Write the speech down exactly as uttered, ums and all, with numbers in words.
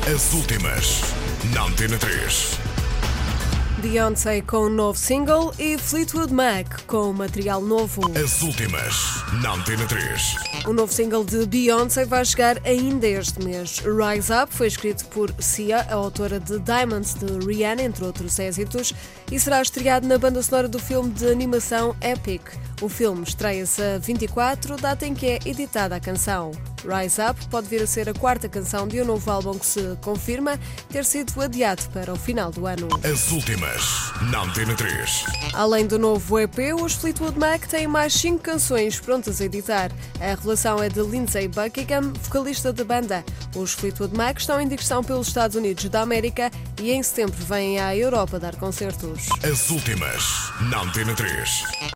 As últimas na Antena três. Beyoncé com um novo single e Fleetwood Mac com material novo. As últimas na Antena três. O novo single de Beyoncé vai chegar ainda este mês. Rise Up foi escrito por Sia, a autora de Diamonds de Rihanna, entre outros êxitos, e será estreado na banda sonora do filme de animação Epic. O filme estreia-se a vinte e quatro, data em que é editada a canção. Rise Up pode vir a ser a quarta canção de um novo álbum que se confirma ter sido adiado para o final do ano. As últimas na Antena três. Além do novo E P, os Fleetwood Mac têm mais cinco canções prontas a editar. A revelação é de Lindsey Buckingham, vocalista da banda. Os Fleetwood Mac estão em digressão pelos Estados Unidos da América e em setembro vêm à Europa dar concertos. As últimas na Antena três.